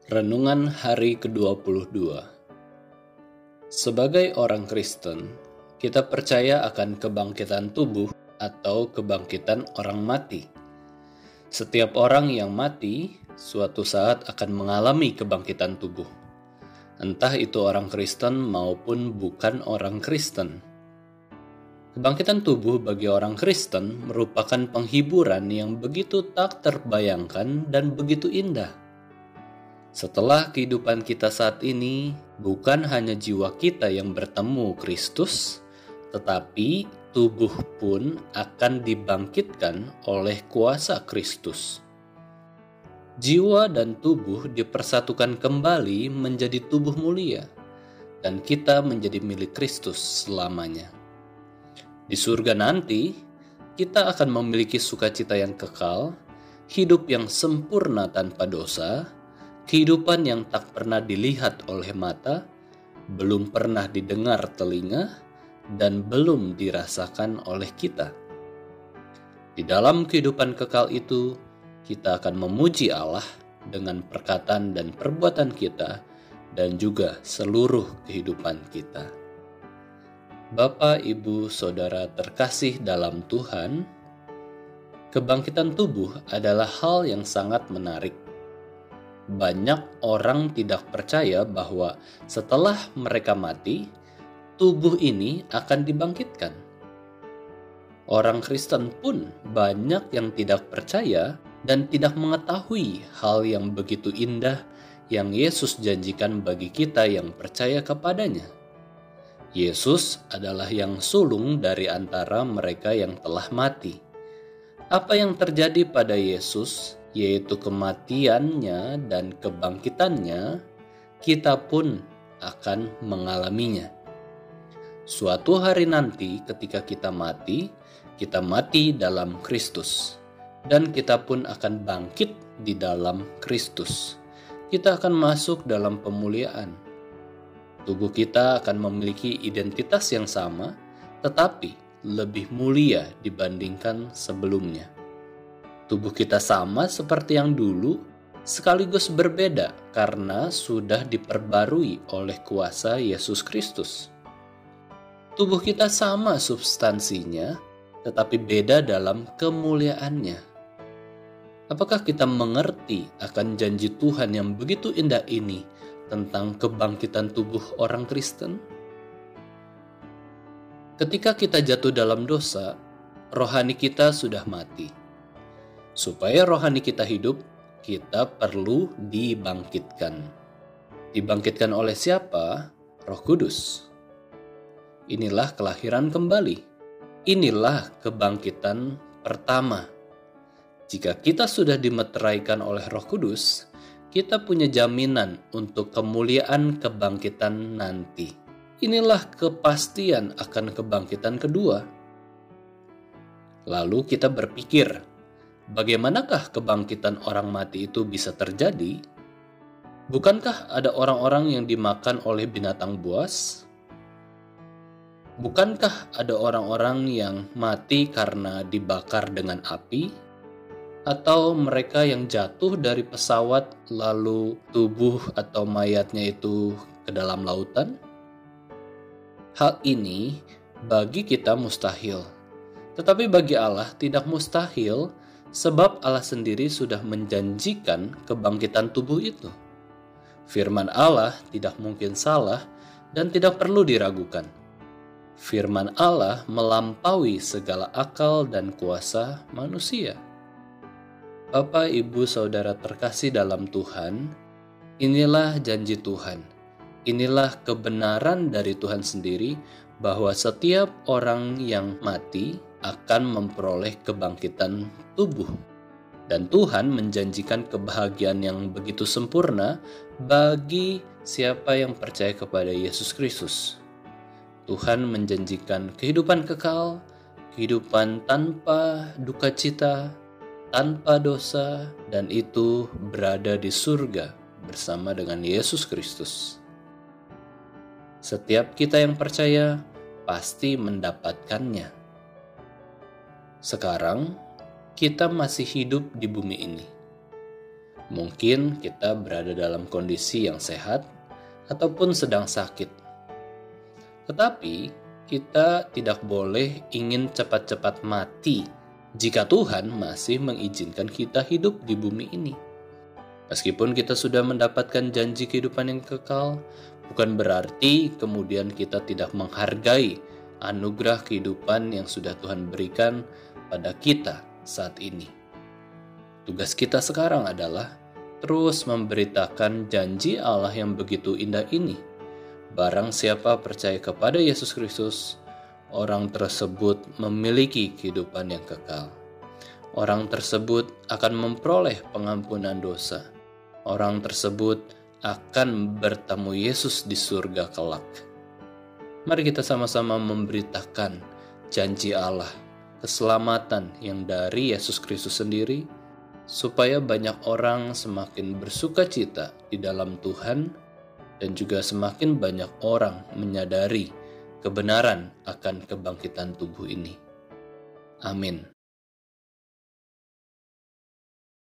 Renungan hari ke-22. Sebagai orang Kristen, kita percaya akan kebangkitan tubuh atau kebangkitan orang mati. Setiap orang yang mati suatu saat akan mengalami kebangkitan tubuh. Entah itu orang Kristen maupun bukan orang Kristen. Kebangkitan tubuh bagi orang Kristen merupakan penghiburan yang begitu tak terbayangkan dan begitu indah. Setelah kehidupan kita saat ini, bukan hanya jiwa kita yang bertemu Kristus, tetapi tubuh pun akan dibangkitkan oleh kuasa Kristus. Jiwa dan tubuh dipersatukan kembali menjadi tubuh mulia, dan kita menjadi milik Kristus selamanya. Di surga nanti, kita akan memiliki sukacita yang kekal, hidup yang sempurna tanpa dosa, kehidupan yang tak pernah dilihat oleh mata, belum pernah didengar telinga, dan belum dirasakan oleh kita. Di dalam kehidupan kekal itu, kita akan memuji Allah dengan perkataan dan perbuatan kita, dan juga seluruh kehidupan kita. Bapak, Ibu, Saudara terkasih dalam Tuhan, kebangkitan tubuh adalah hal yang sangat menarik. Banyak orang tidak percaya bahwa setelah mereka mati, tubuh ini akan dibangkitkan. Orang Kristen pun banyak yang tidak percaya dan tidak mengetahui hal yang begitu indah yang Yesus janjikan bagi kita yang percaya kepadanya. Yesus adalah yang sulung dari antara mereka yang telah mati. Apa yang terjadi pada Yesus, yaitu kematiannya dan kebangkitannya, kita pun akan mengalaminya. Suatu hari nanti ketika kita mati dalam Kristus, dan kita pun akan bangkit di dalam Kristus. Kita akan masuk dalam pemuliaan. Tubuh kita akan memiliki identitas yang sama, tetapi lebih mulia dibandingkan sebelumnya. Tubuh kita sama seperti yang dulu, sekaligus berbeda karena sudah diperbarui oleh kuasa Yesus Kristus. Tubuh kita sama substansinya, tetapi beda dalam kemuliaannya. Apakah kita mengerti akan janji Tuhan yang begitu indah ini tentang kebangkitan tubuh orang Kristen? Ketika kita jatuh dalam dosa, rohani kita sudah mati. Supaya rohani kita hidup, kita perlu dibangkitkan. Dibangkitkan oleh siapa? Roh Kudus. Inilah kelahiran kembali. Inilah kebangkitan pertama. Jika kita sudah dimeteraikan oleh Roh Kudus, kita punya jaminan untuk kemuliaan kebangkitan nanti. Inilah kepastian akan kebangkitan kedua. Lalu kita berpikir, bagaimanakah kebangkitan orang mati itu bisa terjadi? Bukankah ada orang-orang yang dimakan oleh binatang buas? Bukankah ada orang-orang yang mati karena dibakar dengan api? Atau mereka yang jatuh dari pesawat lalu tubuh atau mayatnya itu ke dalam lautan? Hal ini bagi kita mustahil. Tetapi bagi Allah tidak mustahil, sebab Allah sendiri sudah menjanjikan kebangkitan tubuh itu. Firman Allah tidak mungkin salah dan tidak perlu diragukan. Firman Allah melampaui segala akal dan kuasa manusia. Bapak, Ibu, Saudara terkasih dalam Tuhan, inilah janji Tuhan. Inilah kebenaran dari Tuhan sendiri bahwa setiap orang yang mati akan memperoleh kebangkitan tubuh. Dan Tuhan menjanjikan kebahagiaan yang begitu sempurna bagi siapa yang percaya kepada Yesus Kristus. Tuhan menjanjikan kehidupan kekal, kehidupan tanpa duka cita, tanpa dosa, dan itu berada di surga bersama dengan Yesus Kristus. Setiap kita yang percaya pasti mendapatkannya. Sekarang, kita masih hidup di bumi ini. Mungkin kita berada dalam kondisi yang sehat ataupun sedang sakit. Tetapi kita tidak boleh ingin cepat-cepat mati jika Tuhan masih mengizinkan kita hidup di bumi ini. Meskipun kita sudah mendapatkan janji kehidupan yang kekal, bukan berarti kemudian kita tidak menghargai anugerah kehidupan yang sudah Tuhan berikan pada kita saat ini. Tugas kita sekarang adalah terus memberitakan janji Allah yang begitu indah ini. Barang siapa percaya kepada Yesus Kristus, orang tersebut memiliki kehidupan yang kekal. Orang tersebut akan memperoleh pengampunan dosa. Orang tersebut akan bertemu Yesus di surga kelak. Mari kita sama-sama memberitakan janji Allah, keselamatan yang dari Yesus Kristus sendiri, supaya banyak orang semakin bersuka cita di dalam Tuhan dan juga semakin banyak orang menyadari kebenaran akan kebangkitan tubuh ini. Amin.